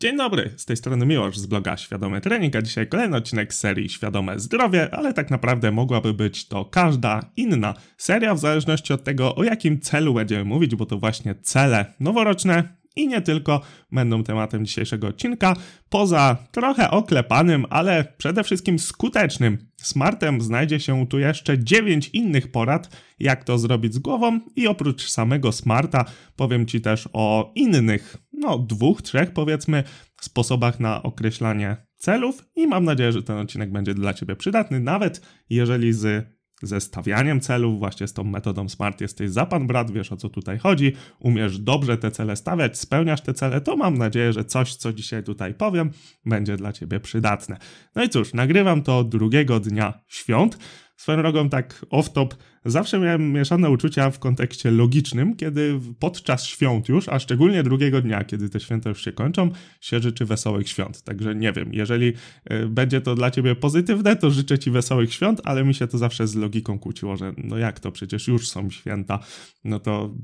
Dzień dobry, z tej strony Miłosz z bloga Świadomy Trening, a dzisiaj kolejny odcinek z serii Świadome Zdrowie, ale tak naprawdę mogłaby być to każda inna seria w zależności od tego, o jakim celu będziemy mówić, bo to właśnie cele noworoczne i nie tylko będą tematem dzisiejszego odcinka. Poza trochę oklepanym, ale przede wszystkim skutecznym smartem znajdzie się tu jeszcze 9 innych porad, jak to zrobić z głową i oprócz samego smarta powiem Ci też o innych, 2, 3 powiedzmy, sposobach na określanie celów i mam nadzieję, że ten odcinek będzie dla Ciebie przydatny, nawet jeżeli ze stawianiem celów, właśnie z tą metodą SMART jesteś za pan brat, wiesz o co tutaj chodzi, umiesz dobrze te cele stawiać, spełniasz te cele, to mam nadzieję, że coś, co dzisiaj tutaj powiem, będzie dla Ciebie przydatne. No i cóż, nagrywam to drugiego dnia świąt. Swoją drogą tak off-top, zawsze miałem mieszane uczucia w kontekście logicznym, kiedy podczas świąt już, a szczególnie drugiego dnia, kiedy te święta już się kończą, się życzy wesołych świąt. Także nie wiem, jeżeli będzie to dla Ciebie pozytywne, to życzę Ci wesołych świąt, ale mi się to zawsze z logiką kłóciło, że no jak to, przecież już są święta, no to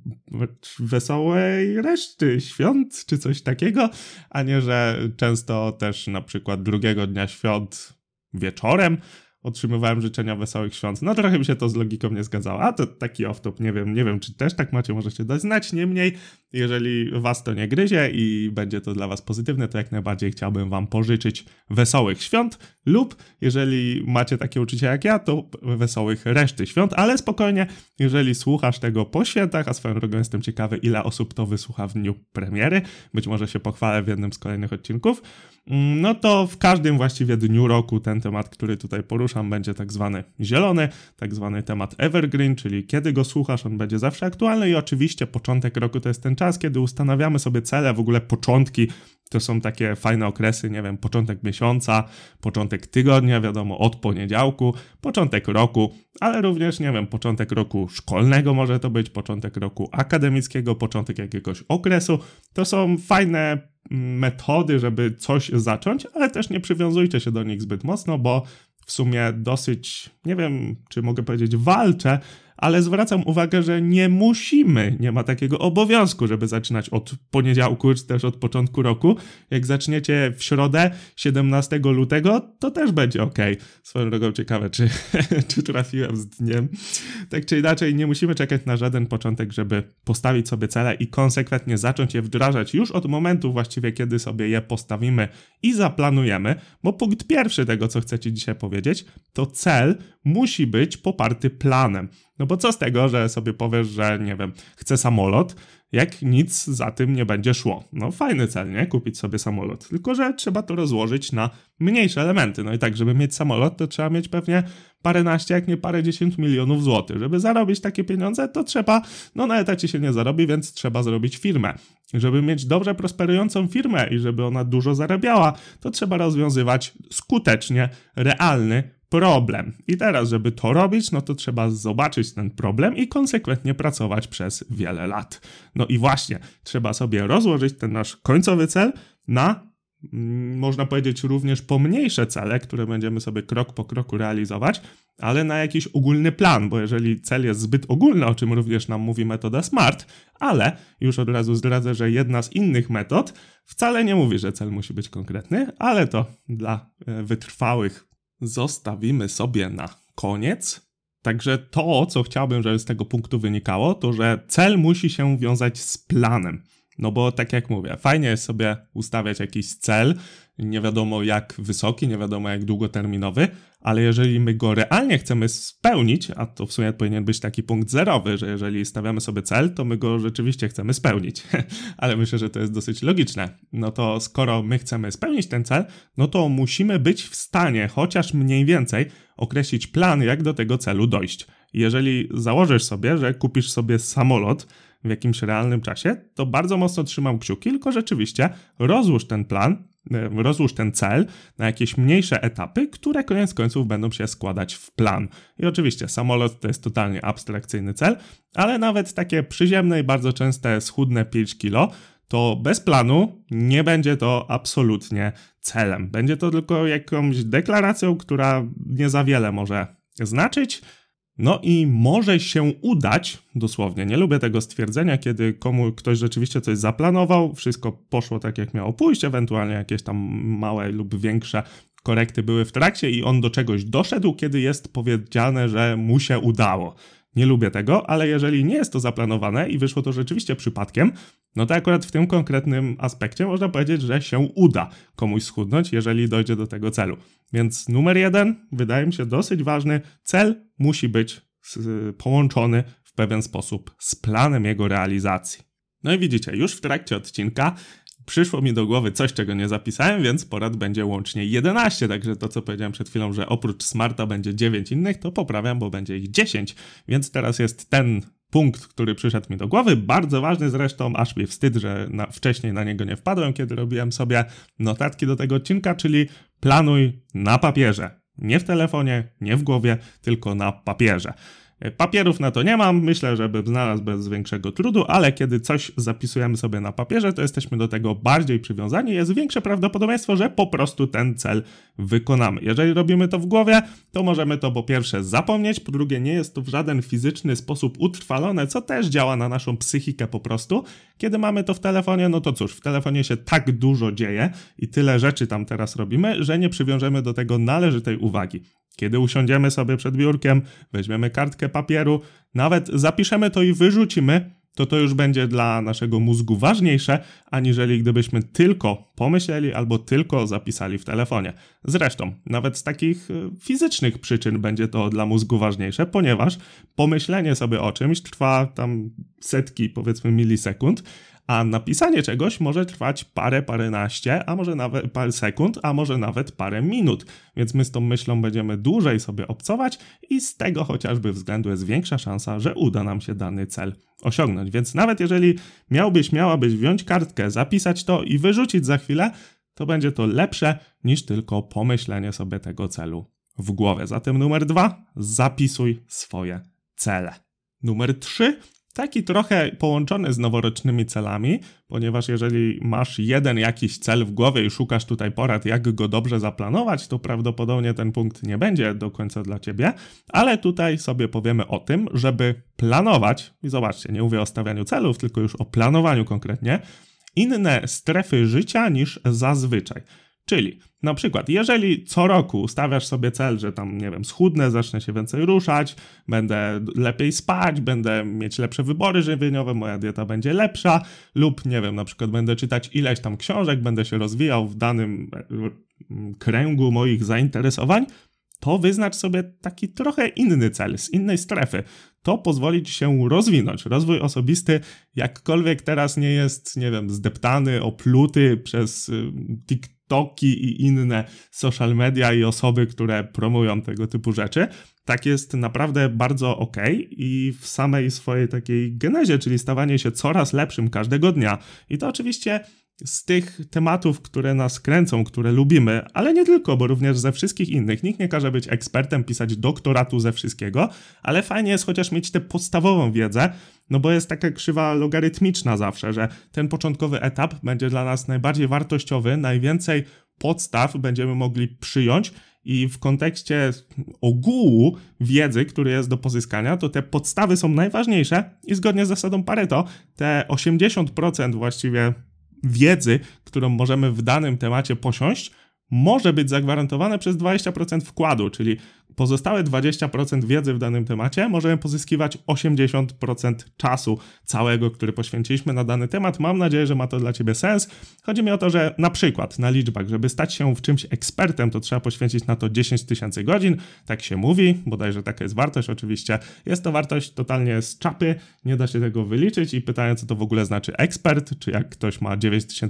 wesołej reszty świąt, czy coś takiego, a nie, że często też na przykład drugiego dnia świąt wieczorem otrzymywałem życzenia wesołych świąt. No trochę mi się to z logiką nie zgadzało. A to taki off-top, nie wiem czy też tak macie, możecie dać znać. Niemniej, jeżeli was to nie gryzie i będzie to dla was pozytywne, to jak najbardziej chciałbym wam pożyczyć wesołych świąt lub jeżeli macie takie uczucia jak ja, to wesołych reszty świąt, ale spokojnie, jeżeli słuchasz tego po świętach, a swoją drogą jestem ciekawy, ile osób to wysłucha w dniu premiery, być może się pochwalę w jednym z kolejnych odcinków, no to w każdym właściwie dniu roku ten temat, który tutaj poruszam, będzie tak zwany zielony, tak zwany temat evergreen, czyli kiedy go słuchasz, on będzie zawsze aktualny i oczywiście początek roku to jest ten czas, kiedy ustanawiamy sobie cele, w ogóle początki, to są takie fajne okresy, nie wiem, początek miesiąca, początek tygodnia, wiadomo, od poniedziałku, początek roku, ale również, nie wiem, początek roku szkolnego może to być, początek roku akademickiego, początek jakiegoś okresu. To są fajne metody, żeby coś zacząć, ale też nie przywiązujcie się do nich zbyt mocno, bo w sumie dosyć, nie wiem, czy mogę powiedzieć, walczę, ale zwracam uwagę, że nie ma takiego obowiązku, żeby zaczynać od poniedziałku, czy też od początku roku. Jak zaczniecie w środę, 17 lutego, to też będzie ok. Swoją drogą ciekawe, czy trafiłem z dniem. Tak czy inaczej, nie musimy czekać na żaden początek, żeby postawić sobie cele i konsekwentnie zacząć je wdrażać już od momentu właściwie, kiedy sobie je postawimy i zaplanujemy, bo punkt pierwszy tego, co chcę Ci dzisiaj powiedzieć, to cel musi być poparty planem. No bo co z tego, że sobie powiesz, że nie wiem, chcę samolot, jak nic za tym nie będzie szło. No fajny cel, nie? Kupić sobie samolot. Tylko że trzeba to rozłożyć na mniejsze elementy. No i tak, żeby mieć samolot, to trzeba mieć pewnie paręnaście, jak nie parędziesiąt milionów złotych. Żeby zarobić takie pieniądze, to trzeba, na etacie się nie zarobi, więc trzeba zrobić firmę. Żeby mieć dobrze prosperującą firmę i żeby ona dużo zarabiała, to trzeba rozwiązywać skutecznie realny problem. I teraz, żeby to robić, no to trzeba zobaczyć ten problem i konsekwentnie pracować przez wiele lat. No i właśnie, trzeba sobie rozłożyć ten nasz końcowy cel na, można powiedzieć, również pomniejsze cele, które będziemy sobie krok po kroku realizować, ale na jakiś ogólny plan, bo jeżeli cel jest zbyt ogólny, o czym również nam mówi metoda SMART, ale już od razu zdradzę, że jedna z innych metod wcale nie mówi, że cel musi być konkretny, ale to dla wytrwałych zostawimy sobie na koniec. Także to, co chciałbym, żeby z tego punktu wynikało, to że cel musi się wiązać z planem. No bo tak jak mówię, fajnie jest sobie ustawiać jakiś cel, nie wiadomo jak wysoki, nie wiadomo jak długoterminowy, ale jeżeli my go realnie chcemy spełnić, a to w sumie powinien być taki punkt zerowy, że jeżeli stawiamy sobie cel, to my go rzeczywiście chcemy spełnić. Ale myślę, że to jest dosyć logiczne. No to skoro my chcemy spełnić ten cel, no to musimy być w stanie chociaż mniej więcej określić plan, jak do tego celu dojść. Jeżeli założysz sobie, że kupisz sobie samolot w jakimś realnym czasie, to bardzo mocno trzymam kciuki, tylko rzeczywiście rozłóż ten plan, rozłóż ten cel na jakieś mniejsze etapy, które koniec końców będą się składać w plan. I oczywiście samolot to jest totalnie abstrakcyjny cel, ale nawet takie przyziemne i bardzo częste schudne 5 kilo, to bez planu nie będzie to absolutnie celem. Będzie to tylko jakąś deklaracją, która nie za wiele może znaczyć, No i może się udać, dosłownie, nie lubię tego stwierdzenia, kiedy ktoś rzeczywiście coś zaplanował, wszystko poszło tak jak miało pójść, ewentualnie jakieś tam małe lub większe korekty były w trakcie i on do czegoś doszedł, kiedy jest powiedziane, że mu się udało. Nie lubię tego, ale jeżeli nie jest to zaplanowane i wyszło to rzeczywiście przypadkiem, no to akurat w tym konkretnym aspekcie można powiedzieć, że się uda komuś schudnąć, jeżeli dojdzie do tego celu. Więc numer 1, wydaje mi się dosyć ważny, cel musi być połączony w pewien sposób z planem jego realizacji. No i widzicie, już w trakcie odcinka przyszło mi do głowy coś, czego nie zapisałem, więc porad będzie łącznie 11, także to, co powiedziałem przed chwilą, że oprócz Smarta będzie 9 innych, to poprawiam, bo będzie ich 10, więc teraz jest ten punkt, który przyszedł mi do głowy, bardzo ważny zresztą, aż mi wstyd, że wcześniej na niego nie wpadłem, kiedy robiłem sobie notatki do tego odcinka, czyli planuj na papierze. Nie w telefonie, nie w głowie, tylko na papierze. Papierów na to nie mam, myślę, że bym znalazł bez większego trudu, ale kiedy coś zapisujemy sobie na papierze, to jesteśmy do tego bardziej przywiązani, jest większe prawdopodobieństwo, że po prostu ten cel wykonamy. Jeżeli robimy to w głowie, to możemy to po pierwsze zapomnieć, po drugie nie jest to w żaden fizyczny sposób utrwalone, co też działa na naszą psychikę po prostu. Kiedy mamy to w telefonie, no to cóż, w telefonie się tak dużo dzieje i tyle rzeczy tam teraz robimy, że nie przywiążemy do tego należytej uwagi. Kiedy usiądziemy sobie przed biurkiem, weźmiemy kartkę papieru, nawet zapiszemy to i wyrzucimy, to już będzie dla naszego mózgu ważniejsze, aniżeli gdybyśmy tylko pomyśleli albo tylko zapisali w telefonie. Zresztą, nawet z takich fizycznych przyczyn będzie to dla mózgu ważniejsze, ponieważ pomyślenie sobie o czymś trwa tam setki, powiedzmy, milisekund, a napisanie czegoś może trwać paręnaście, a może nawet parę sekund, a może nawet parę minut. Więc my z tą myślą będziemy dłużej sobie obcować i z tego chociażby względu jest większa szansa, że uda nam się dany cel osiągnąć. Więc nawet jeżeli miałabyś wziąć kartkę, zapisać to i wyrzucić za chwilę, to będzie to lepsze niż tylko pomyślenie sobie tego celu w głowie. Zatem numer 2, zapisuj swoje cele. Numer 3, taki trochę połączony z noworocznymi celami, ponieważ jeżeli masz jeden jakiś cel w głowie i szukasz tutaj porad, jak go dobrze zaplanować, to prawdopodobnie ten punkt nie będzie do końca dla ciebie, ale tutaj sobie powiemy o tym, żeby planować, i zobaczcie, nie mówię o stawianiu celów, tylko już o planowaniu konkretnie, inne strefy życia niż zazwyczaj. Czyli na przykład, jeżeli co roku ustawiasz sobie cel, że tam, nie wiem, schudnę, zacznę się więcej ruszać, będę lepiej spać, będę mieć lepsze wybory żywieniowe, moja dieta będzie lepsza lub, nie wiem, na przykład będę czytać ileś tam książek, będę się rozwijał w danym kręgu moich zainteresowań, to wyznacz sobie taki trochę inny cel, z innej strefy. To pozwoli ci się rozwinąć. Rozwój osobisty jakkolwiek teraz nie jest, nie wiem, zdeptany, opluty przez TikToki i inne social media i osoby, które promują tego typu rzeczy. Tak jest naprawdę bardzo okej i w samej swojej takiej genezie, czyli stawanie się coraz lepszym każdego dnia. I to oczywiście z tych tematów, które nas kręcą, które lubimy, ale nie tylko, bo również ze wszystkich innych. Nikt nie każe być ekspertem, pisać doktoratu ze wszystkiego, ale fajnie jest chociaż mieć tę podstawową wiedzę, no bo jest taka krzywa logarytmiczna zawsze, że ten początkowy etap będzie dla nas najbardziej wartościowy, najwięcej podstaw będziemy mogli przyjąć i w kontekście ogółu wiedzy, który jest do pozyskania, to te podstawy są najważniejsze i zgodnie z zasadą Pareto, te 80% właściwie wiedzy, którą możemy w danym temacie posiąść, może być zagwarantowane przez 20% wkładu, czyli pozostałe 20% wiedzy w danym temacie możemy pozyskiwać 80% czasu całego, który poświęciliśmy na dany temat. Mam nadzieję, że ma to dla ciebie sens. Chodzi mi o to, że na przykład na liczbach, żeby stać się w czymś ekspertem, to trzeba poświęcić na to 10 000 godzin, tak się mówi, bodajże taka jest wartość oczywiście. Jest to wartość totalnie z czapy, nie da się tego wyliczyć i pytają, co to w ogóle znaczy ekspert, czy jak ktoś ma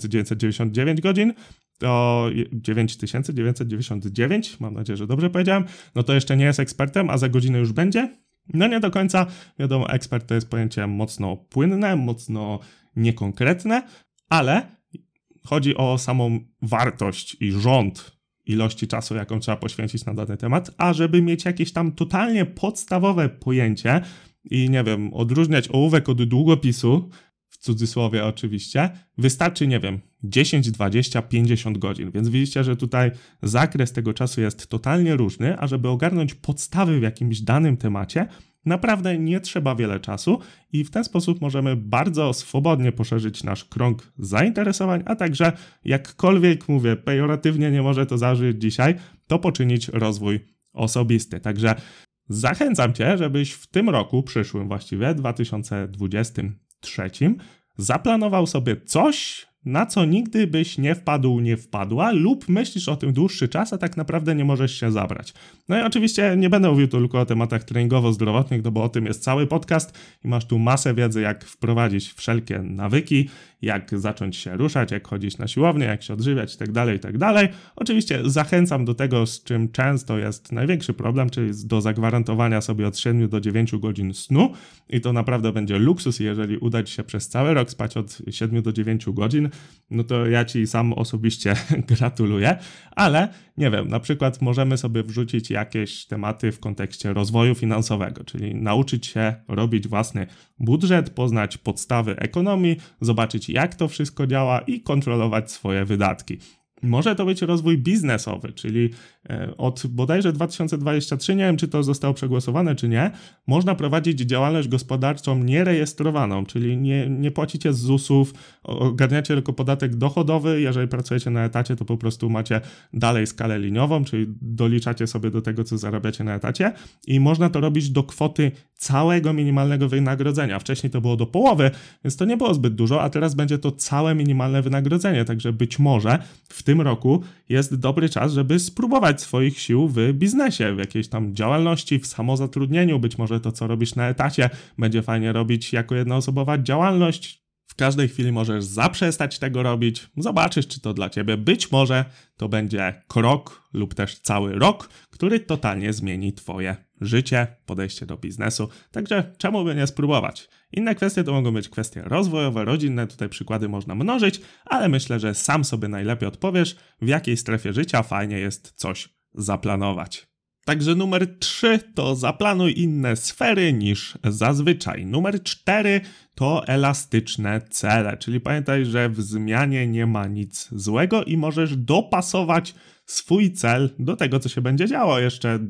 9999 godzin, to 9999, mam nadzieję, że dobrze powiedziałem, no to jeszcze nie jest ekspertem, a za godzinę już będzie. No nie do końca, wiadomo, ekspert to jest pojęcie mocno płynne, mocno niekonkretne, ale chodzi o samą wartość i rząd ilości czasu, jaką trzeba poświęcić na dany temat, a żeby mieć jakieś tam totalnie podstawowe pojęcie i nie wiem, odróżniać ołówek od długopisu, w cudzysłowie oczywiście, wystarczy, nie wiem, 10, 20, 50 godzin. Więc widzicie, że tutaj zakres tego czasu jest totalnie różny, a żeby ogarnąć podstawy w jakimś danym temacie, naprawdę nie trzeba wiele czasu i w ten sposób możemy bardzo swobodnie poszerzyć nasz krąg zainteresowań, a także jakkolwiek, mówię, pejoratywnie nie może to zabrzmieć dzisiaj, to poczynić rozwój osobisty. Także zachęcam Cię, żebyś w tym roku, przyszłym właściwie, 2023, zaplanował sobie coś, na co nigdy byś nie wpadł, nie wpadła lub myślisz o tym dłuższy czas, a tak naprawdę nie możesz się zabrać. No i oczywiście nie będę mówił tylko o tematach treningowo-zdrowotnych, no bo o tym jest cały podcast i masz tu masę wiedzy, jak wprowadzić wszelkie nawyki, jak zacząć się ruszać, jak chodzić na siłownię, jak się odżywiać itd., itd. Oczywiście zachęcam do tego, z czym często jest największy problem, czyli do zagwarantowania sobie od 7 do 9 godzin snu i to naprawdę będzie luksus, jeżeli uda Ci się przez cały rok spać od 7 do 9 godzin, no to ja Ci sam osobiście gratuluję, ale nie wiem, na przykład możemy sobie wrzucić jakieś tematy w kontekście rozwoju finansowego, czyli nauczyć się robić własny budżet, poznać podstawy ekonomii, zobaczyć jak to wszystko działa i kontrolować swoje wydatki. Może to być rozwój biznesowy, czyli od bodajże 2023, nie wiem czy to zostało przegłosowane czy nie, można prowadzić działalność gospodarczą nierejestrowaną, czyli nie płacicie z ZUS-ów, ogarniacie tylko podatek dochodowy, jeżeli pracujecie na etacie, to po prostu macie dalej skalę liniową, czyli doliczacie sobie do tego, co zarabiacie na etacie i można to robić do kwoty całego minimalnego wynagrodzenia. Wcześniej to było do połowy, więc to nie było zbyt dużo, a teraz będzie to całe minimalne wynagrodzenie, także być może w tym roku jest dobry czas, żeby spróbować swoich sił w biznesie, w jakiejś tam działalności, w samozatrudnieniu, być może to, co robisz na etacie, będzie fajnie robić jako jednoosobowa działalność. W każdej chwili możesz zaprzestać tego robić, zobaczysz, czy to dla Ciebie. Być może to będzie krok lub też cały rok, który totalnie zmieni Twoje życie, podejście do biznesu, także czemu by nie spróbować? Inne kwestie to mogą być kwestie rozwojowe, rodzinne, tutaj przykłady można mnożyć, ale myślę, że sam sobie najlepiej odpowiesz, w jakiej strefie życia fajnie jest coś zaplanować. Także numer 3 to zaplanuj inne sfery niż zazwyczaj. Numer 4 to elastyczne cele, czyli pamiętaj, że w zmianie nie ma nic złego i możesz dopasować swój cel do tego, co się będzie działo. Jeszcze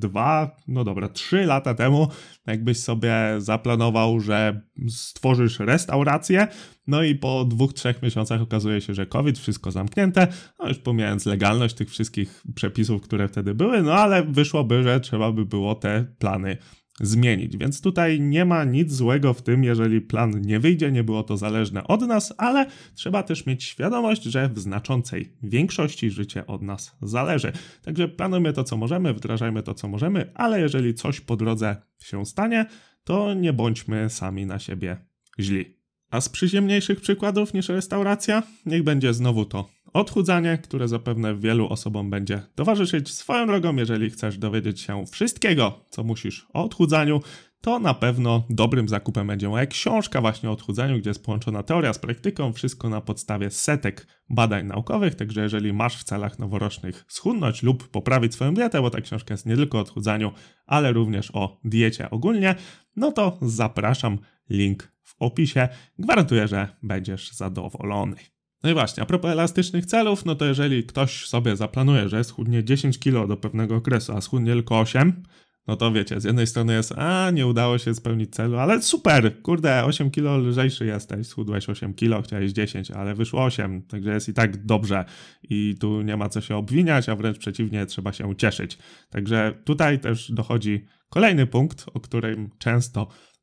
3 lata temu, jakbyś sobie zaplanował, że stworzysz restaurację, no i po 2-3 miesiącach okazuje się, że COVID, wszystko zamknięte, no już pomijając legalność tych wszystkich przepisów, które wtedy były, no ale wyszłoby, że trzeba by było te plany zmienić, więc tutaj nie ma nic złego w tym, jeżeli plan nie wyjdzie, nie było to zależne od nas, ale trzeba też mieć świadomość, że w znaczącej większości życie od nas zależy. Także planujmy to, co możemy, wdrażajmy to, co możemy, ale jeżeli coś po drodze się stanie, to nie bądźmy sami na siebie źli. A z przyziemniejszych przykładów niż restauracja, niech będzie znowu to odchudzanie, które zapewne wielu osobom będzie towarzyszyć. Swoją drogą, jeżeli chcesz dowiedzieć się wszystkiego, co musisz o odchudzaniu, to na pewno dobrym zakupem będzie moja książka właśnie o odchudzaniu, gdzie jest połączona teoria z praktyką, wszystko na podstawie setek badań naukowych, także jeżeli masz w celach noworocznych schudnąć lub poprawić swoją dietę, bo ta książka jest nie tylko o odchudzaniu, ale również o diecie ogólnie, no to zapraszam, link w opisie, gwarantuję, że będziesz zadowolony. No i właśnie, a propos elastycznych celów, no to jeżeli ktoś sobie zaplanuje, że schudnie 10 kg do pewnego okresu, a schudnie tylko 8, no to wiecie, z jednej strony jest, nie udało się spełnić celu, ale super, kurde, 8 kg lżejszy jesteś, schudłeś 8 kg, chciałeś 10, ale wyszło 8, także jest i tak dobrze i tu nie ma co się obwiniać, a wręcz przeciwnie, trzeba się cieszyć. Także tutaj też dochodzi kolejny punkt, o którym często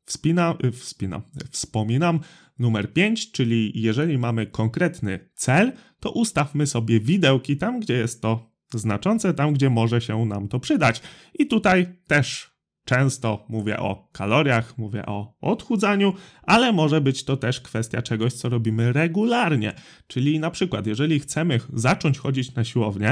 wspominam, numer 5, czyli jeżeli mamy konkretny cel, to ustawmy sobie widełki tam, gdzie jest to znaczące, tam, gdzie może się nam to przydać. I tutaj też często mówię o kaloriach, mówię o odchudzaniu, ale może być to też kwestia czegoś, co robimy regularnie. Czyli na przykład, jeżeli chcemy zacząć chodzić na siłownię,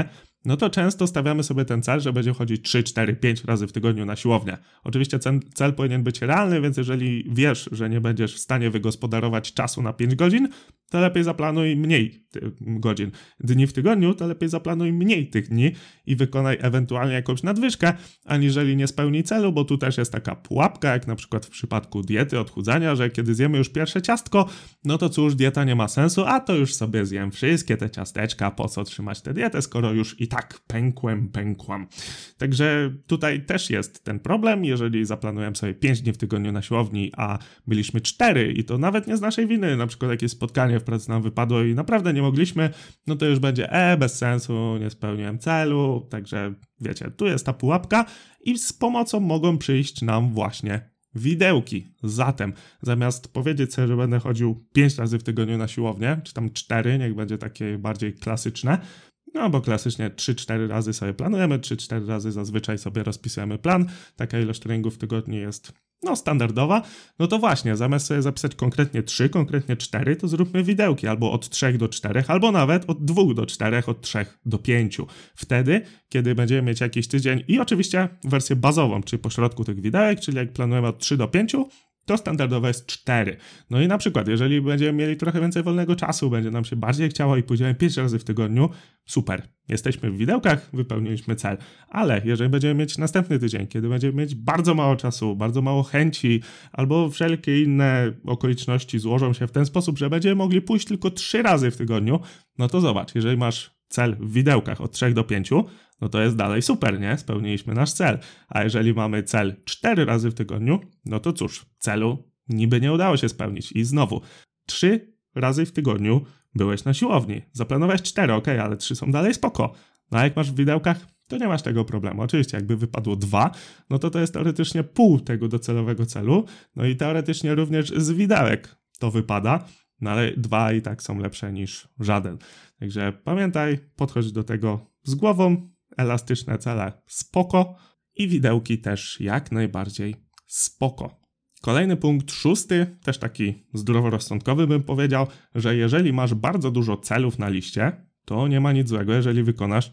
no to często stawiamy sobie ten cel, że będzie chodzić 3, 4, 5 razy w tygodniu na siłownię. Oczywiście ten cel powinien być realny, więc jeżeli wiesz, że nie będziesz w stanie wygospodarować czasu na 5 godzin, to lepiej zaplanuj mniej godzin. Dni w tygodniu, to lepiej zaplanuj mniej tych dni i wykonaj ewentualnie jakąś nadwyżkę, aniżeli nie spełni celu, bo tu też jest taka pułapka, jak na przykład w przypadku diety, odchudzania, że kiedy zjemy już pierwsze ciastko, no to cóż, dieta nie ma sensu, a to już sobie zjem wszystkie te ciasteczka, po co trzymać tę dietę, skoro już i tak pękłam. Także tutaj też jest ten problem, jeżeli zaplanujemy sobie 5 dni w tygodniu na siłowni, a byliśmy 4 i to nawet nie z naszej winy, na przykład jakieś spotkanie w pracy nam wypadło i naprawdę nie mogliśmy, no to już będzie bez sensu, nie spełniłem celu, także wiecie, tu jest ta pułapka i z pomocą mogą przyjść nam właśnie widełki. Zatem zamiast powiedzieć sobie, że będę chodził 5 razy w tygodniu na siłownię, czy tam 4, niech będzie takie bardziej klasyczne, no bo klasycznie 3-4 razy sobie planujemy, 3-4 razy zazwyczaj sobie rozpisujemy plan, taka ilość treningów w tygodniu jest standardowa, no to właśnie, zamiast sobie zapisać konkretnie 3, konkretnie 4, to zróbmy widełki albo od 3 do 4, albo nawet od 2 do 4, od 3 do 5. Wtedy, kiedy będziemy mieć jakiś tydzień i oczywiście wersję bazową, czyli pośrodku tych widełek, czyli jak planujemy od 3 do 5, to standardowe jest 4. No i na przykład, jeżeli będziemy mieli trochę więcej wolnego czasu, będzie nam się bardziej chciało i pójdziemy 5 razy w tygodniu, super. Jesteśmy w widełkach, wypełniliśmy cel. Ale jeżeli będziemy mieć następny tydzień, kiedy będziemy mieć bardzo mało czasu, bardzo mało chęci, albo wszelkie inne okoliczności złożą się w ten sposób, że będziemy mogli pójść tylko 3 razy w tygodniu, no to zobacz, jeżeli masz cel w widełkach od 3 do 5, no to jest dalej super, nie? Spełniliśmy nasz cel. A jeżeli mamy cel 4 razy w tygodniu, no to cóż, celu niby nie udało się spełnić. I znowu, 3 razy w tygodniu byłeś na siłowni. Zaplanowałeś 4, ale 3 są dalej spoko. No a jak masz w widełkach, to nie masz tego problemu. Oczywiście jakby wypadło 2, no to jest teoretycznie pół tego docelowego celu. No i teoretycznie również z widełek to wypada. No ale 2 i tak są lepsze niż żaden. Także pamiętaj, podchodź do tego z głową, elastyczne cele spoko i widełki też jak najbardziej spoko. Kolejny punkt 6, też taki zdroworozsądkowy bym powiedział, że jeżeli masz bardzo dużo celów na liście, to nie ma nic złego, jeżeli wykonasz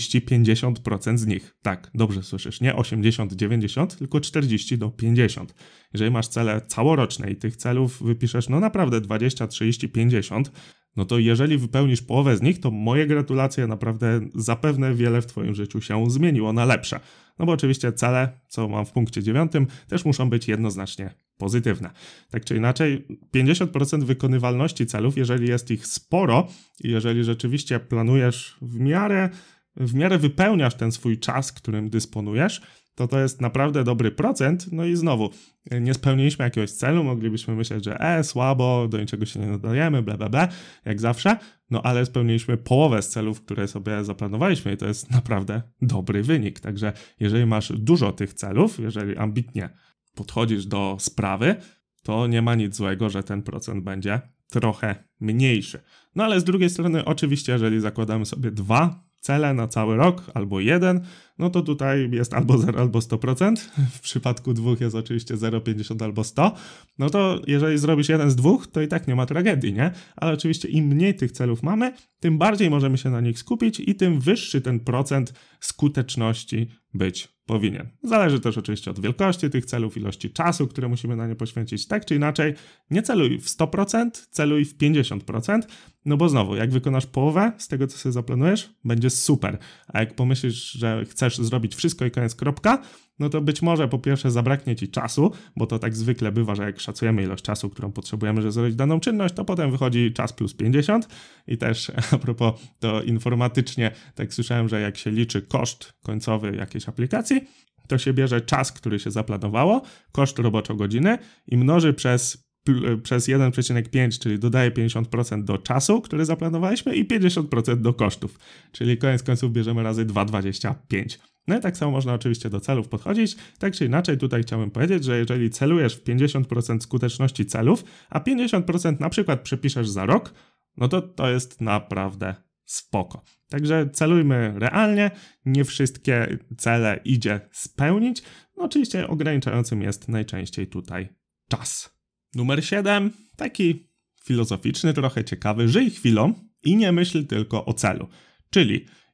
40-50% z nich. Tak, dobrze słyszysz, nie 80-90, tylko 40 do 50. Jeżeli masz cele całoroczne i tych celów wypiszesz naprawdę 20, 30, 50, no to jeżeli wypełnisz połowę z nich, to moje gratulacje, naprawdę zapewne wiele w twoim życiu się zmieniło na lepsze. No bo oczywiście cele, co mam w punkcie 9, też muszą być jednoznacznie pozytywne. Tak czy inaczej, 50% wykonywalności celów, jeżeli jest ich sporo i jeżeli rzeczywiście planujesz w miarę wypełniasz ten swój czas, którym dysponujesz, to jest naprawdę dobry procent. No i znowu, nie spełniliśmy jakiegoś celu, moglibyśmy myśleć, że słabo, do niczego się nie nadajemy, jak zawsze, no ale spełniliśmy połowę z celów, które sobie zaplanowaliśmy i to jest naprawdę dobry wynik. Także jeżeli masz dużo tych celów, jeżeli ambitnie podchodzisz do sprawy, to nie ma nic złego, że ten procent będzie trochę mniejszy. No ale z drugiej strony oczywiście, jeżeli zakładamy sobie 2 cele na cały rok, albo 1, no to tutaj jest albo 0, albo 100%. W przypadku 2 jest oczywiście 0, 50 albo 100. No to jeżeli zrobisz jeden z 2, to i tak nie ma tragedii, nie? Ale oczywiście im mniej tych celów mamy, tym bardziej możemy się na nich skupić i tym wyższy ten procent skuteczności być powinien. Zależy też oczywiście od wielkości tych celów, ilości czasu, które musimy na nie poświęcić. Tak czy inaczej, nie celuj w 100%, celuj w 50%, no bo znowu, jak wykonasz połowę z tego, co sobie zaplanujesz, będzie super. A jak pomyślisz, że chcesz zrobić wszystko i koniec kropka, no to być może po pierwsze zabraknie ci czasu, bo to tak zwykle bywa, że jak szacujemy ilość czasu, którą potrzebujemy, żeby zrobić daną czynność, to potem wychodzi czas plus 50 i też a propos to informatycznie, tak słyszałem, że jak się liczy koszt końcowy jakiejś aplikacji, to się bierze czas, który się zaplanowało, koszt roboczo-godziny i mnoży przez 1,5, czyli dodaje 50% do czasu, który zaplanowaliśmy i 50% do kosztów, czyli koniec końców bierzemy razy 2,25. No i tak samo można oczywiście do celów podchodzić. Tak czy inaczej tutaj chciałbym powiedzieć, że jeżeli celujesz w 50% skuteczności celów, a 50% na przykład przepiszesz za rok, no to jest naprawdę spoko. Także celujmy realnie, nie wszystkie cele idzie spełnić. No oczywiście ograniczającym jest najczęściej tutaj czas. Numer 7, taki filozoficzny, trochę ciekawy. Żyj chwilą i nie myśl tylko o celu. Czyli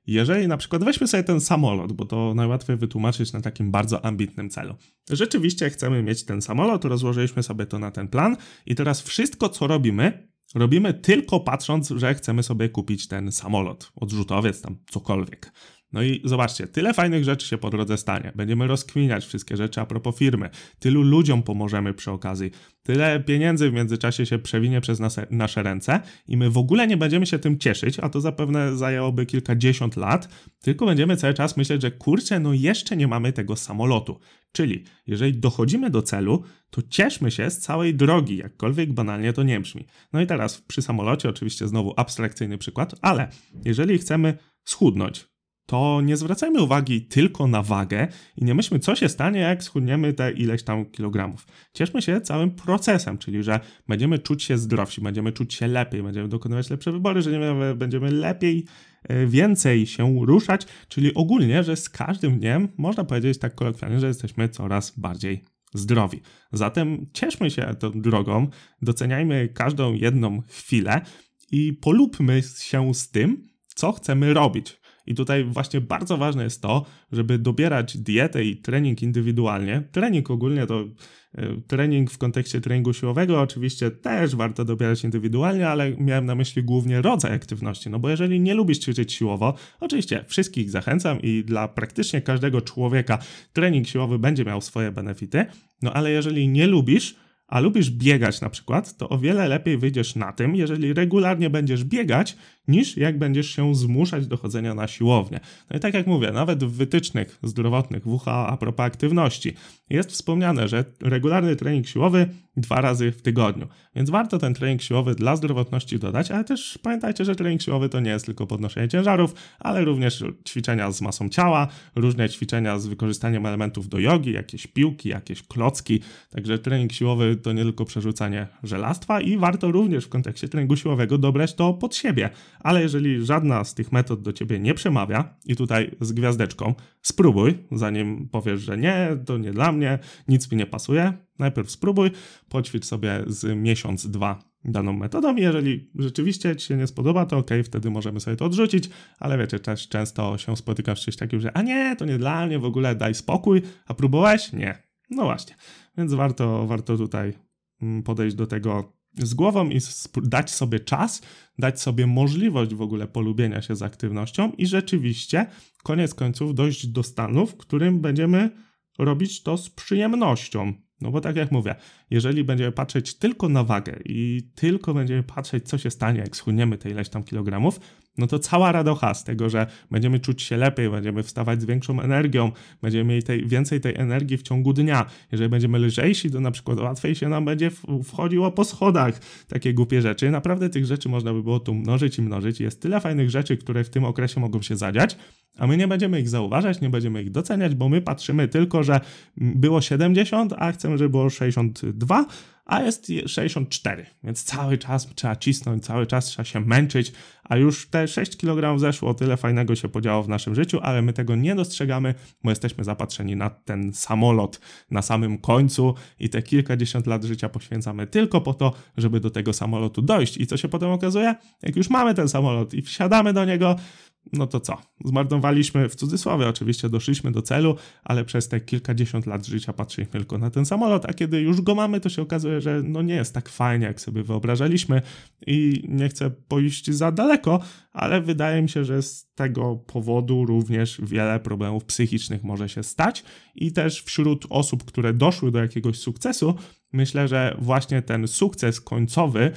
Jeżeli na przykład weźmy sobie ten samolot, bo to najłatwiej wytłumaczyć na takim bardzo ambitnym celu. Rzeczywiście chcemy mieć ten samolot, rozłożyliśmy sobie to na ten plan i teraz wszystko, co robimy tylko patrząc, że chcemy sobie kupić ten samolot, odrzutowiec, tam cokolwiek. No i zobaczcie, tyle fajnych rzeczy się po drodze stanie. Będziemy rozkminiać wszystkie rzeczy a propos firmy. Tylu ludziom pomożemy przy okazji. Tyle pieniędzy w międzyczasie się przewinie przez nasze ręce i my w ogóle nie będziemy się tym cieszyć, a to zapewne zajęłoby kilkadziesiąt lat, tylko będziemy cały czas myśleć, że kurczę, no jeszcze nie mamy tego samolotu. Czyli jeżeli dochodzimy do celu, to cieszmy się z całej drogi, jakkolwiek banalnie to nie brzmi. No i teraz przy samolocie oczywiście znowu abstrakcyjny przykład, ale jeżeli chcemy schudnąć, to nie zwracajmy uwagi tylko na wagę i nie myślmy, co się stanie, jak schudniemy te ileś tam kilogramów. Cieszmy się całym procesem, czyli że będziemy czuć się zdrowsi, będziemy czuć się lepiej, będziemy dokonywać lepsze wybory, że będziemy lepiej, więcej się ruszać, czyli ogólnie, że z każdym dniem, można powiedzieć tak kolokwialnie, że jesteśmy coraz bardziej zdrowi. Zatem cieszmy się tą drogą, doceniajmy każdą jedną chwilę i polubmy się z tym, co chcemy robić. I tutaj właśnie bardzo ważne jest to, żeby dobierać dietę i trening indywidualnie. Trening ogólnie to trening w kontekście treningu siłowego oczywiście też warto dobierać indywidualnie, ale miałem na myśli głównie rodzaj aktywności. No bo jeżeli nie lubisz ćwiczyć siłowo, oczywiście wszystkich zachęcam i dla praktycznie każdego człowieka trening siłowy będzie miał swoje benefity, no ale jeżeli nie lubisz, a lubisz biegać na przykład, to o wiele lepiej wyjdziesz na tym, jeżeli regularnie będziesz biegać, niż jak będziesz się zmuszać do chodzenia na siłownię. No i tak jak mówię, nawet w wytycznych zdrowotnych WHO a propos aktywności jest wspomniane, że regularny trening siłowy 2 razy w tygodniu. Więc warto ten trening siłowy dla zdrowotności dodać, ale też pamiętajcie, że trening siłowy to nie jest tylko podnoszenie ciężarów, ale również ćwiczenia z masą ciała, różne ćwiczenia z wykorzystaniem elementów do jogi, jakieś piłki, jakieś klocki. Także trening siłowy to nie tylko przerzucanie żelastwa i warto również w kontekście treningu siłowego dobrać to pod siebie. Ale jeżeli żadna z tych metod do ciebie nie przemawia i tutaj z gwiazdeczką spróbuj, zanim powiesz, że nie, to nie dla mnie, nic mi nie pasuje, najpierw spróbuj, poćwicz sobie z miesiąc, 2 daną metodą i jeżeli rzeczywiście ci się nie spodoba, to okej, wtedy możemy sobie to odrzucić, ale wiecie, też często się spotykasz z czymś takim, że a nie, to nie dla mnie, w ogóle daj spokój, a próbowałeś? Nie. No właśnie, więc warto tutaj podejść do tego z głową i dać sobie czas, dać sobie możliwość w ogóle polubienia się z aktywnością i rzeczywiście koniec końców dojść do stanu, w którym będziemy robić to z przyjemnością. No bo tak jak mówię, jeżeli będziemy patrzeć tylko na wagę i tylko będziemy patrzeć, co się stanie, jak schudniemy te ileś tam kilogramów, no to cała radocha z tego, że będziemy czuć się lepiej, będziemy wstawać z większą energią, będziemy mieli więcej tej energii w ciągu dnia. Jeżeli będziemy lżejsi, to na przykład łatwiej się nam będzie wchodziło po schodach. Takie głupie rzeczy. Naprawdę tych rzeczy można by było tu mnożyć i mnożyć. Jest tyle fajnych rzeczy, które w tym okresie mogą się zadziać, a my nie będziemy ich zauważać, nie będziemy ich doceniać, bo my patrzymy tylko, że było 70, a chcemy, żeby było 62, a jest 64, więc cały czas trzeba cisnąć, cały czas trzeba się męczyć, a już te 6 kg zeszło, tyle fajnego się podziało w naszym życiu, ale my tego nie dostrzegamy, bo jesteśmy zapatrzeni na ten samolot na samym końcu i te kilkadziesiąt lat życia poświęcamy tylko po to, żeby do tego samolotu dojść. I co się potem okazuje? Jak już mamy ten samolot i wsiadamy do niego, no to co? Zmarnowaliśmy, w cudzysłowie oczywiście, doszliśmy do celu, ale przez te kilkadziesiąt lat życia patrzyliśmy tylko na ten samolot, a kiedy już go mamy, to się okazuje, że no nie jest tak fajnie, jak sobie wyobrażaliśmy i nie chcę pójść za daleko, ale wydaje mi się, że z tego powodu również wiele problemów psychicznych może się stać i też wśród osób, które doszły do jakiegoś sukcesu, myślę, że właśnie ten sukces końcowy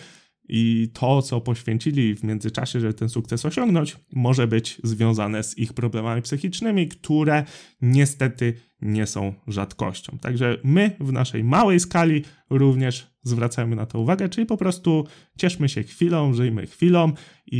i to, co poświęcili w międzyczasie, żeby ten sukces osiągnąć, może być związane z ich problemami psychicznymi, które niestety nie są rzadkością. Także my w naszej małej skali również zwracamy na to uwagę, czyli po prostu cieszmy się chwilą, żyjmy chwilą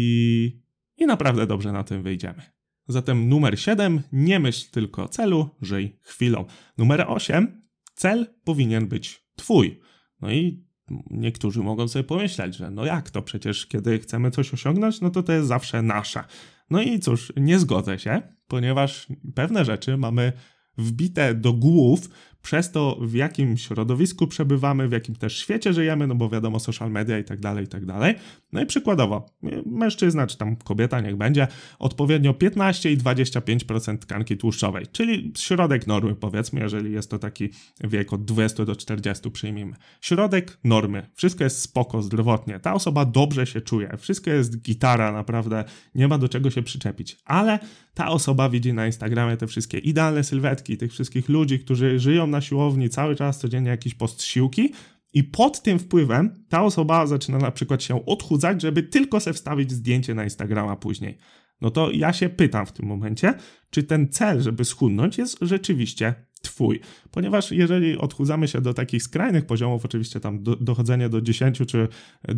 i naprawdę dobrze na tym wyjdziemy. Zatem numer 7, nie myśl tylko o celu, żyj chwilą. Numer 8, cel powinien być twój. No i niektórzy mogą sobie pomyśleć, że no jak to, przecież kiedy chcemy coś osiągnąć, no to jest zawsze nasze. No i cóż, nie zgodzę się, ponieważ pewne rzeczy mamy wbite do głów przez to, w jakim środowisku przebywamy, w jakim też świecie żyjemy, no bo wiadomo, social media i tak dalej, i tak dalej. No i przykładowo, mężczyzna czy tam kobieta, niech będzie, odpowiednio 15 i 25% tkanki tłuszczowej, czyli środek normy, powiedzmy, jeżeli jest to taki wiek od 20 do 40, przyjmijmy. Środek normy, wszystko jest spoko, zdrowotnie, ta osoba dobrze się czuje, wszystko jest gitara, naprawdę nie ma do czego się przyczepić, ale ta osoba widzi na Instagramie te wszystkie idealne sylwetki, tych wszystkich ludzi, którzy żyją na siłowni cały czas, codziennie jakiś post siłki i pod tym wpływem ta osoba zaczyna na przykład się odchudzać, żeby tylko se wstawić zdjęcie na Instagrama później. No to ja się pytam w tym momencie, czy ten cel, żeby schudnąć, jest rzeczywiście twój. Ponieważ jeżeli odchudzamy się do takich skrajnych poziomów, oczywiście tam dochodzenie do 10 czy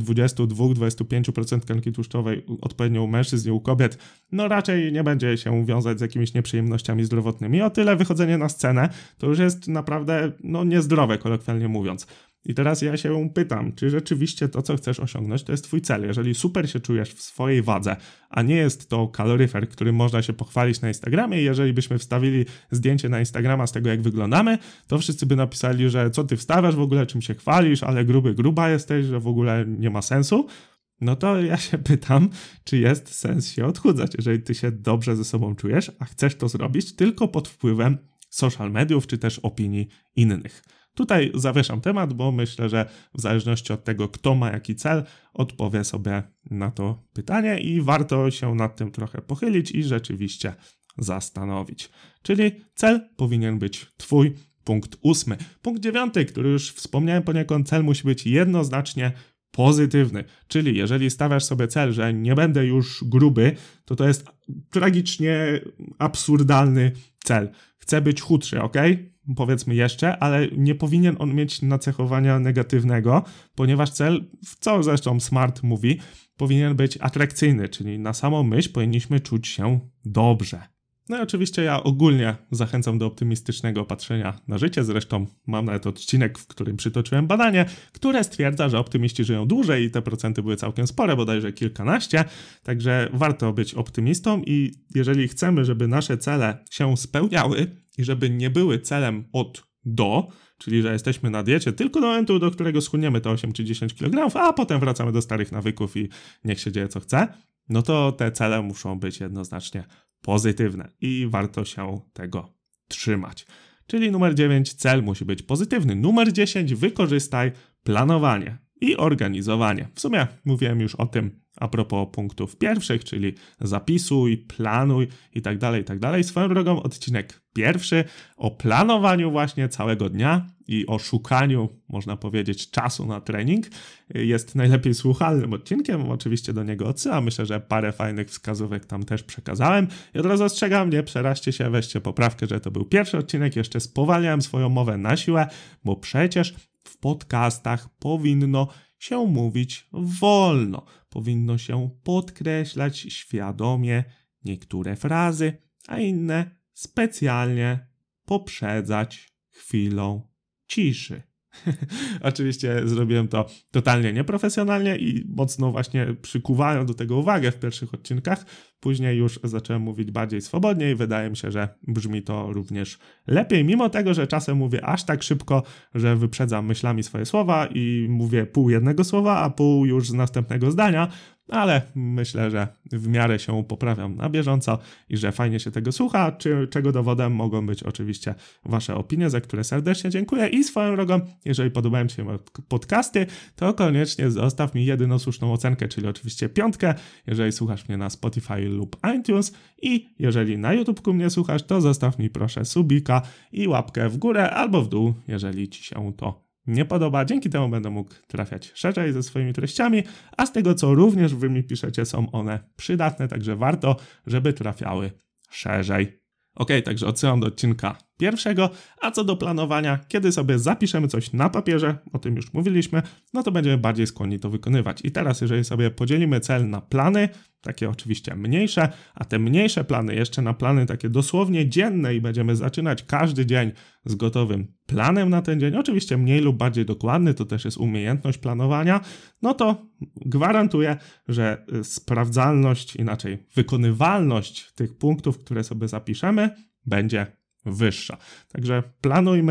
22-25% tkanki tłuszczowej odpowiednio u mężczyzn i u kobiet, no raczej nie będzie się wiązać z jakimiś nieprzyjemnościami zdrowotnymi. O tyle wychodzenie na scenę to już jest naprawdę niezdrowe, kolokwialnie mówiąc. I teraz ja się pytam, czy rzeczywiście to, co chcesz osiągnąć, to jest twój cel. Jeżeli super się czujesz w swojej wadze, a nie jest to kaloryfer, którym można się pochwalić na Instagramie i jeżeli byśmy wstawili zdjęcie na Instagrama z tego, jak wyglądamy, to wszyscy by napisali, że co ty wstawiasz w ogóle, czym się chwalisz, ale gruba jesteś, że w ogóle nie ma sensu. No to ja się pytam, czy jest sens się odchudzać, jeżeli ty się dobrze ze sobą czujesz, a chcesz to zrobić tylko pod wpływem social mediów, czy też opinii innych. Tutaj zawieszam temat, bo myślę, że w zależności od tego, kto ma jaki cel, odpowie sobie na to pytanie i warto się nad tym trochę pochylić i rzeczywiście zastanowić. Czyli cel powinien być twój. Punkt 8. Punkt 9, który już wspomniałem poniekąd, cel musi być jednoznacznie pozytywny. Czyli jeżeli stawiasz sobie cel, że nie będę już gruby, to jest tragicznie absurdalny cel. Chcę być chudszy, ok? Powiedzmy jeszcze, ale nie powinien on mieć nacechowania negatywnego, ponieważ cel, co zresztą Smart mówi, powinien być atrakcyjny, czyli na samą myśl powinniśmy czuć się dobrze. No i oczywiście ja ogólnie zachęcam do optymistycznego patrzenia na życie, zresztą mam nawet odcinek, w którym przytoczyłem badanie, które stwierdza, że optymiści żyją dłużej i te procenty były całkiem spore, bodajże kilkanaście, także warto być optymistą i jeżeli chcemy, żeby nasze cele się spełniały i żeby nie były celem od do, czyli że jesteśmy na diecie tylko do momentu, do którego schudniemy te 8 czy 10 kg, a potem wracamy do starych nawyków i niech się dzieje co chce, no to te cele muszą być jednoznacznie pozytywne i warto się tego trzymać. Czyli numer 9, cel musi być pozytywny. Numer 10, wykorzystaj planowanie i organizowanie. W sumie mówiłem już o tym a propos punktów pierwszych, czyli zapisuj, planuj i tak dalej. Swoją drogą odcinek pierwszy o planowaniu właśnie całego dnia i o szukaniu, można powiedzieć, czasu na trening jest najlepiej słuchalnym odcinkiem. Oczywiście do niego odsyłam. Myślę, że parę fajnych wskazówek tam też przekazałem. I od razu ostrzegam, nie przeraźcie się, weźcie poprawkę, że to był pierwszy odcinek. Jeszcze spowalniałem swoją mowę na siłę, bo przecież w podcastach powinno się mówić wolno. Powinno się podkreślać świadomie niektóre frazy, a inne specjalnie poprzedzać chwilą ciszy. Oczywiście zrobiłem to totalnie nieprofesjonalnie i mocno właśnie przykuwałem do tego uwagę w pierwszych odcinkach. Później już zacząłem mówić bardziej swobodnie i wydaje mi się, że brzmi to również lepiej, mimo tego, że czasem mówię aż tak szybko, że wyprzedzam myślami swoje słowa i mówię pół jednego słowa, a pół już z następnego zdania, ale myślę, że w miarę się poprawiam na bieżąco i że fajnie się tego słucha, czego dowodem mogą być oczywiście wasze opinie, za które serdecznie dziękuję i swoją drogą, jeżeli podobają ci się moje podcasty, to koniecznie zostaw mi jedyną słuszną ocenkę, czyli oczywiście 5, jeżeli słuchasz mnie na Spotify lub iTunes i jeżeli na YouTubeku mnie słuchasz, to zostaw mi proszę subika i łapkę w górę albo w dół, jeżeli ci się to nie podoba. Dzięki temu będę mógł trafiać szerzej ze swoimi treściami, a z tego, co również wy mi piszecie, są one przydatne, także warto, żeby trafiały szerzej. Także odsyłam do odcinka pierwszego, a co do planowania, kiedy sobie zapiszemy coś na papierze, o tym już mówiliśmy, no to będziemy bardziej skłonni to wykonywać. I teraz, jeżeli sobie podzielimy cel na plany, takie oczywiście mniejsze, a te mniejsze plany jeszcze na plany takie dosłownie dzienne i będziemy zaczynać każdy dzień z gotowym planem na ten dzień, oczywiście mniej lub bardziej dokładny, to też jest umiejętność planowania, no to gwarantuję, że sprawdzalność, inaczej wykonywalność tych punktów, które sobie zapiszemy, będzie wyższa. Także planujmy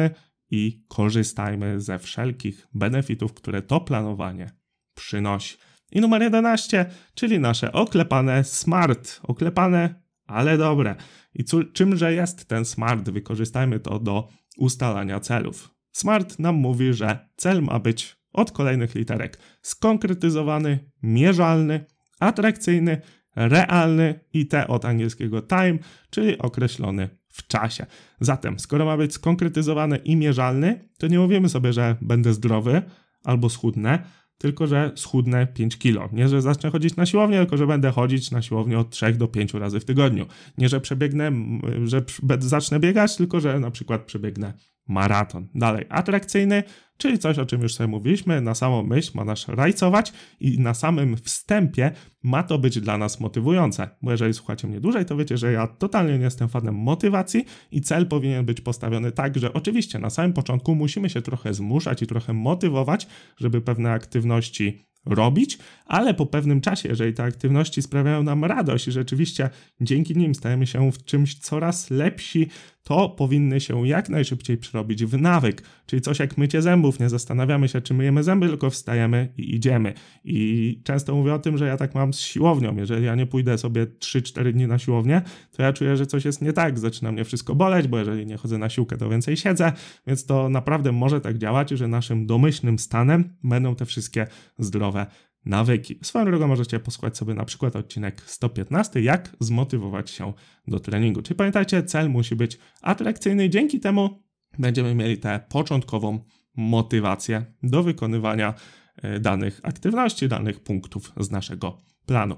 i korzystajmy ze wszelkich benefitów, które to planowanie przynosi. I numer 11, czyli nasze oklepane SMART. Oklepane, ale dobre. I czymże jest ten SMART? Wykorzystajmy to do ustalania celów. SMART nam mówi, że cel ma być od kolejnych literek skonkretyzowany, mierzalny, atrakcyjny, realny i T od angielskiego time, czyli określony w czasie. Zatem, skoro ma być skonkretyzowany i mierzalny, to nie mówimy sobie, że będę zdrowy albo schudnę, tylko że schudnę 5 kilo. Nie, że zacznę chodzić na siłownię, tylko że będę chodzić na siłownię od 3 do 5 razy w tygodniu. Nie, że zacznę biegać, tylko że na przykład przebiegnę maraton. Dalej, atrakcyjny, czyli coś, o czym już sobie mówiliśmy, na samą myśl ma nas rajcować i na samym wstępie ma to być dla nas motywujące, bo jeżeli słuchacie mnie dłużej, to wiecie, że ja totalnie nie jestem fanem motywacji i cel powinien być postawiony tak, że oczywiście na samym początku musimy się trochę zmuszać i trochę motywować, żeby pewne aktywności robić, ale po pewnym czasie, jeżeli te aktywności sprawiają nam radość i rzeczywiście dzięki nim stajemy się w czymś coraz lepsi, to powinny się jak najszybciej przerobić w nawyk, czyli coś jak mycie zębów. Nie zastanawiamy się, czy myjemy zęby, tylko wstajemy i idziemy. I często mówię o tym, że ja tak mam z siłownią. Jeżeli ja nie pójdę sobie 3-4 dni na siłownię, to ja czuję, że coś jest nie tak. Zaczyna mnie wszystko boleć, bo jeżeli nie chodzę na siłkę, to więcej siedzę, więc to naprawdę może tak działać, że naszym domyślnym stanem będą te wszystkie zdrowe nawyki. Swoją drogą możecie posłuchać sobie na przykład odcinek 115, jak zmotywować się do treningu. Czyli pamiętajcie, cel musi być atrakcyjny, dzięki temu będziemy mieli tę początkową motywację do wykonywania danych aktywności, danych punktów z naszego planu.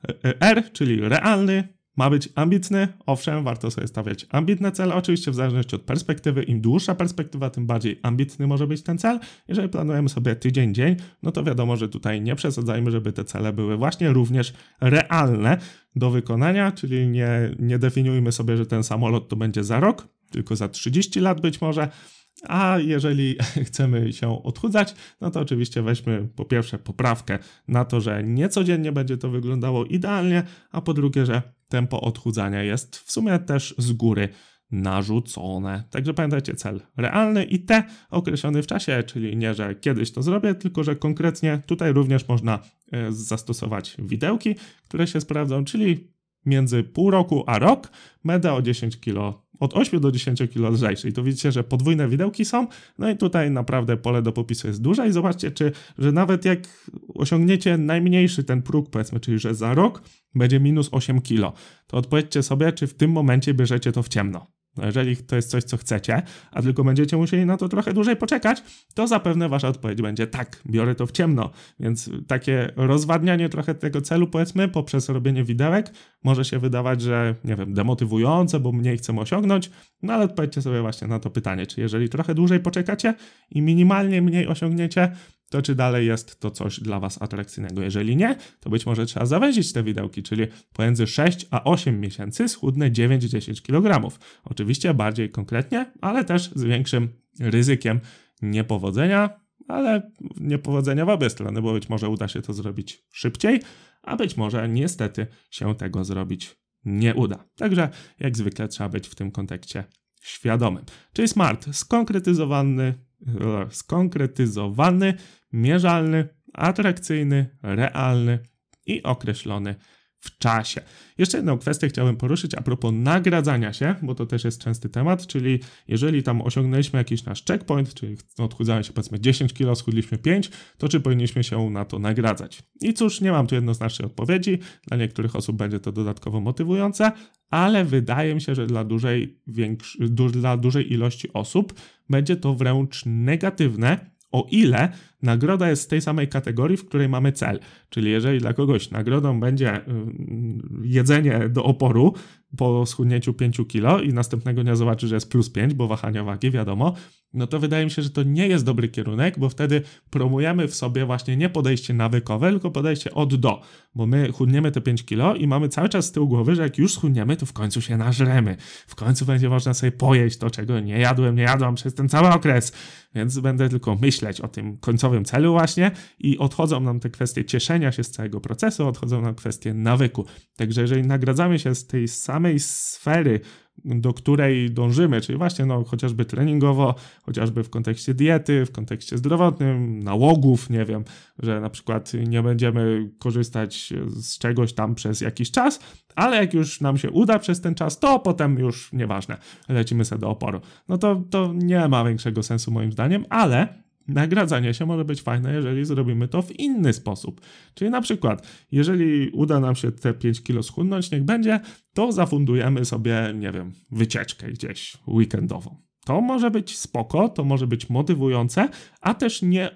R, czyli realny, ma być ambitny, owszem, warto sobie stawiać ambitne cele, oczywiście w zależności od perspektywy, im dłuższa perspektywa, tym bardziej ambitny może być ten cel. Jeżeli planujemy sobie tydzień, dzień, no to wiadomo, że tutaj nie przesadzajmy, żeby te cele były właśnie również realne do wykonania, czyli nie definiujmy sobie, że ten samolot to będzie za rok, tylko za 30 lat być może. A jeżeli chcemy się odchudzać, no to oczywiście weźmy po pierwsze poprawkę na to, że nie codziennie będzie to wyglądało idealnie, a po drugie, że tempo odchudzania jest w sumie też z góry narzucone. Także pamiętajcie, cel realny i T określony w czasie, czyli nie, że kiedyś to zrobię, tylko że konkretnie tutaj również można zastosować widełki, które się sprawdzą, czyli między pół roku a rok będę o 10 kg, od 8 do 10 kg lżejszy. I tu widzicie, że podwójne widełki są, no i tutaj naprawdę pole do popisu jest duże i zobaczcie, że nawet jak osiągniecie najmniejszy ten próg, powiedzmy, czyli że za rok będzie minus 8 kg, to odpowiedzcie sobie, czy w tym momencie bierzecie to w ciemno. No jeżeli to jest coś, co chcecie, a tylko będziecie musieli na to trochę dłużej poczekać, to zapewne wasza odpowiedź będzie tak, biorę to w ciemno. Więc takie rozwadnianie trochę tego celu, powiedzmy, poprzez robienie widełek może się wydawać, że, nie wiem, demotywujące, bo mniej chcemy osiągnąć, no ale odpowiedzcie sobie właśnie na to pytanie, czy jeżeli trochę dłużej poczekacie i minimalnie mniej osiągniecie, to czy dalej jest to coś dla was atrakcyjnego. Jeżeli nie, to być może trzeba zawęzić te widełki, czyli pomiędzy 6 a 8 miesięcy schudnę 9-10 kg. Oczywiście bardziej konkretnie, ale też z większym ryzykiem niepowodzenia, ale niepowodzenia w obie strony, bo być może uda się to zrobić szybciej, a być może niestety się tego zrobić nie uda. Także jak zwykle trzeba być w tym kontekście świadomym. Czyli SMART, skonkretyzowany, mierzalny, atrakcyjny, realny i określony w czasie. Jeszcze jedną kwestię chciałbym poruszyć a propos nagradzania się, bo to też jest częsty temat, czyli jeżeli tam osiągnęliśmy jakiś nasz checkpoint, czyli odchudzamy się powiedzmy 10 kg, schudliśmy 5, to czy powinniśmy się na to nagradzać? I cóż, nie mam tu jednoznacznej odpowiedzi, dla niektórych osób będzie to dodatkowo motywujące, ale wydaje mi się, że dla dużej ilości osób będzie to wręcz negatywne, o ile nagroda jest z tej samej kategorii, w której mamy cel. Czyli jeżeli dla kogoś nagrodą będzie jedzenie do oporu po schudnięciu 5 kg i następnego dnia zobaczy, że jest plus 5, bo wahania wagi, wiadomo, no to wydaje mi się, że to nie jest dobry kierunek, bo wtedy promujemy w sobie właśnie nie podejście nawykowe, tylko podejście od do, bo my chudniemy te 5 kg i mamy cały czas z tyłu głowy, że jak już schudniemy, to w końcu się nażremy. W końcu będzie można sobie pojeść to, czego nie jadłam przez ten cały okres, więc będę tylko myśleć o tym końcowym celu właśnie i odchodzą nam te kwestie cieszenia się z całego procesu, odchodzą nam kwestie nawyku. Także jeżeli nagradzamy się z tej samej sfery do której dążymy, czyli właśnie chociażby treningowo, chociażby w kontekście diety, w kontekście zdrowotnym, nałogów, nie wiem, że na przykład nie będziemy korzystać z czegoś tam przez jakiś czas, ale jak już nam się uda przez ten czas, to potem już nieważne, lecimy sobie do oporu. No to nie ma większego sensu moim zdaniem, ale nagradzanie się może być fajne, jeżeli zrobimy to w inny sposób. Czyli na przykład, jeżeli uda nam się te 5 kilo schudnąć, niech będzie, to zafundujemy sobie, nie wiem, wycieczkę gdzieś weekendową. To może być spoko, to może być motywujące, a też nie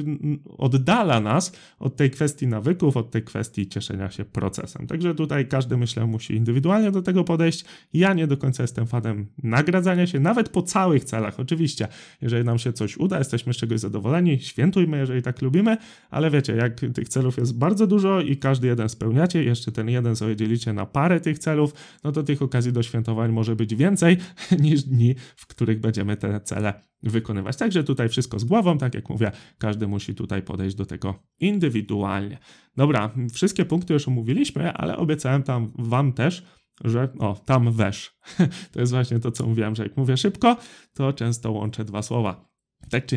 oddala nas od tej kwestii nawyków, od tej kwestii cieszenia się procesem. Także tutaj każdy, myślę, musi indywidualnie do tego podejść. Ja nie do końca jestem fanem nagradzania się, nawet po całych celach. Oczywiście, jeżeli nam się coś uda, jesteśmy z czegoś zadowoleni, świętujmy, jeżeli tak lubimy, ale wiecie, jak tych celów jest bardzo dużo i każdy jeden spełniacie, jeszcze ten jeden sobie dzielicie na parę tych celów, no to tych okazji do świętowań może być więcej niż dni, w których będziemy te cele wykonywać. Także tutaj wszystko z głową, tak jak mówię, każdy musi tutaj podejść do tego indywidualnie. Dobra, wszystkie punkty już omówiliśmy, ale obiecałem wam też, że tam wesz. To jest właśnie to, co mówiłem, że jak mówię szybko, to często łączę dwa słowa. Tak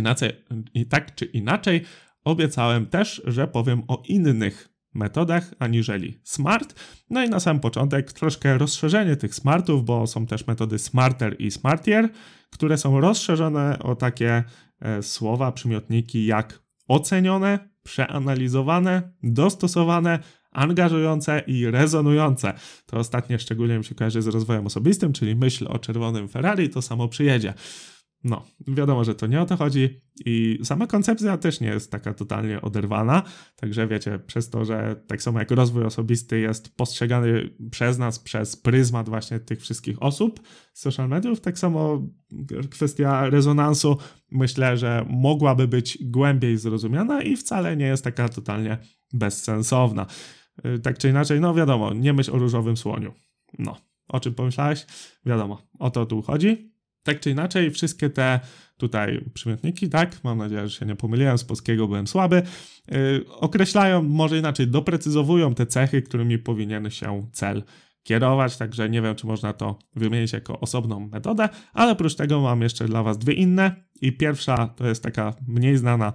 czy inaczej obiecałem też, że powiem o innych metodach aniżeli SMART. No i na sam początek troszkę rozszerzenie tych SMARTów, bo są też metody SMARTER i SMARTIER, które są rozszerzone o takie słowa, przymiotniki jak ocenione, przeanalizowane, dostosowane, angażujące i rezonujące. To ostatnie szczególnie mi się kojarzy z rozwojem osobistym, czyli myśl o czerwonym Ferrari, to samo przyjedzie. No, wiadomo, że to nie o to chodzi i sama koncepcja też nie jest taka totalnie oderwana, także wiecie, przez to, że tak samo jak rozwój osobisty jest postrzegany przez nas przez pryzmat właśnie tych wszystkich osób z social mediów, tak samo kwestia rezonansu myślę, że mogłaby być głębiej zrozumiana i wcale nie jest taka totalnie bezsensowna. Tak czy inaczej, no wiadomo, nie myśl o różowym słoniu. No, o czym pomyślałeś? Wiadomo, o to tu chodzi. Tak czy inaczej, wszystkie te tutaj przymiotniki, tak, mam nadzieję, że się nie pomyliłem, z polskiego byłem słaby, określają, może inaczej, doprecyzowują te cechy, którymi powinien się cel kierować, także nie wiem, czy można to wymienić jako osobną metodę, ale oprócz tego mam jeszcze dla was dwie inne i pierwsza to jest taka mniej znana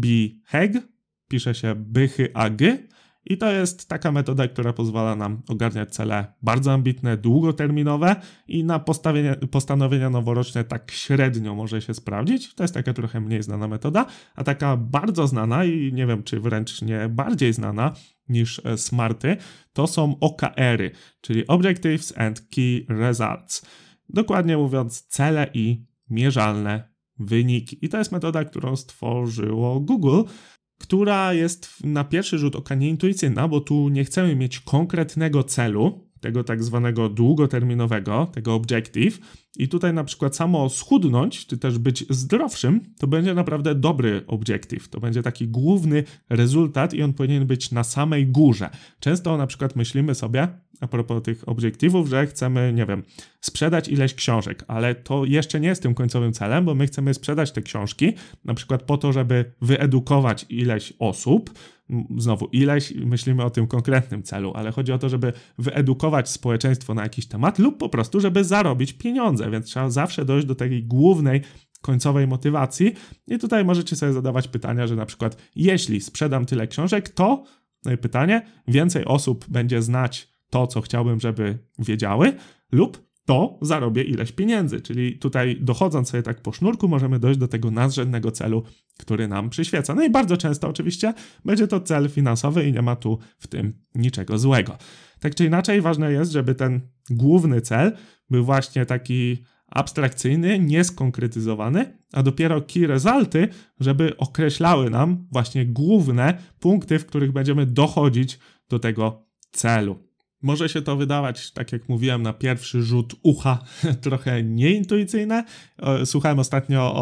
BHAG, pisze się BHAG. I to jest taka metoda, która pozwala nam ogarniać cele bardzo ambitne, długoterminowe i na postanowienia noworoczne tak średnio może się sprawdzić. To jest taka trochę mniej znana metoda, a taka bardzo znana i nie wiem, czy wręcz nie bardziej znana niż SMARTy, to są OKR-y, czyli Objectives and Key Results. Dokładnie mówiąc, cele i mierzalne wyniki. I to jest metoda, którą stworzyło Google, która jest na pierwszy rzut oka nieintuicyjna, bo tu nie chcemy mieć konkretnego celu, tego tak zwanego długoterminowego, tego objective i tutaj na przykład samo schudnąć, czy też być zdrowszym, to będzie naprawdę dobry objective, to będzie taki główny rezultat i on powinien być na samej górze. Często na przykład myślimy sobie, a propos tych obiektywów, że chcemy, nie wiem, sprzedać ileś książek, ale to jeszcze nie jest tym końcowym celem, bo my chcemy sprzedać te książki, na przykład po to, żeby wyedukować ileś osób, znowu ileś, myślimy o tym konkretnym celu, ale chodzi o to, żeby wyedukować społeczeństwo na jakiś temat lub po prostu, żeby zarobić pieniądze, więc trzeba zawsze dojść do tej głównej, końcowej motywacji i tutaj możecie sobie zadawać pytania, że na przykład jeśli sprzedam tyle książek, to pytanie, więcej osób będzie znać to, co chciałbym, żeby wiedziały lub to zarobię ileś pieniędzy, czyli tutaj dochodząc sobie tak po sznurku możemy dojść do tego nadrzędnego celu, który nam przyświeca. No i bardzo często oczywiście będzie to cel finansowy i nie ma tu w tym niczego złego. Tak czy inaczej ważne jest, żeby ten główny cel był właśnie taki abstrakcyjny, nieskonkretyzowany, a dopiero key resulty, żeby określały nam właśnie główne punkty, w których będziemy dochodzić do tego celu. Może się to wydawać, tak jak mówiłem, na pierwszy rzut ucha trochę nieintuicyjne. Słuchałem ostatnio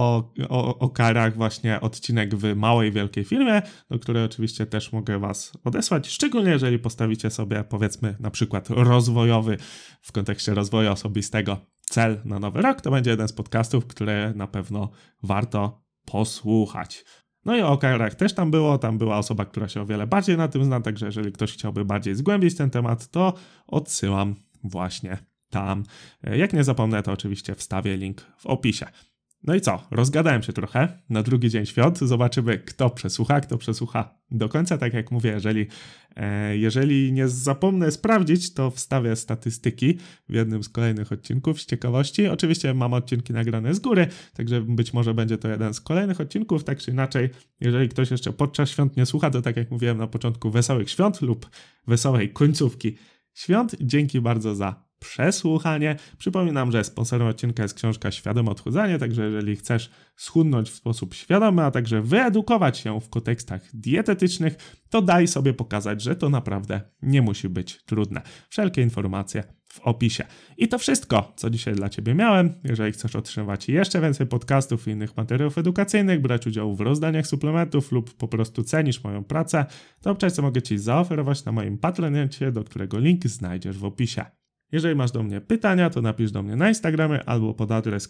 o karach właśnie odcinek w małej, wielkiej firmie, do której oczywiście też mogę was odesłać, szczególnie jeżeli postawicie sobie, powiedzmy, na przykład rozwojowy, w kontekście rozwoju osobistego cel na nowy rok. To będzie jeden z podcastów, które na pewno warto posłuchać. No i o OKR-ach też tam była osoba, która się o wiele bardziej na tym zna, także jeżeli ktoś chciałby bardziej zgłębić ten temat, to odsyłam właśnie tam. Jak nie zapomnę, to oczywiście wstawię link w opisie. No i co? Rozgadałem się trochę na drugi dzień świąt. Zobaczymy, kto przesłucha do końca. Tak jak mówię, jeżeli nie zapomnę sprawdzić, to wstawię statystyki w jednym z kolejnych odcinków z ciekawości. Oczywiście mam odcinki nagrane z góry, także być może będzie to jeden z kolejnych odcinków. Tak czy inaczej, jeżeli ktoś jeszcze podczas świąt nie słucha, to tak jak mówiłem na początku, wesołych świąt lub wesołej końcówki świąt. Dzięki bardzo za przesłuchanie. Przypominam, że sponsorem odcinka jest książka Świadome Odchudzanie, także jeżeli chcesz schudnąć w sposób świadomy, a także wyedukować się w kontekstach dietetycznych, to daj sobie pokazać, że to naprawdę nie musi być trudne. Wszelkie informacje w opisie. I to wszystko, co dzisiaj dla Ciebie miałem. Jeżeli chcesz otrzymywać jeszcze więcej podcastów i innych materiałów edukacyjnych, brać udział w rozdaniach suplementów lub po prostu cenisz moją pracę, to obczaj, co mogę Ci zaoferować na moim Patronecie, do którego link znajdziesz w opisie. Jeżeli masz do mnie pytania, to napisz do mnie na Instagramie albo pod adres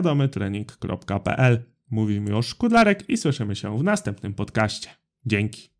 kontakt@świadomytrening.pl. Mówi Miłosz Szkudlarek i słyszymy się w następnym podcaście. Dzięki.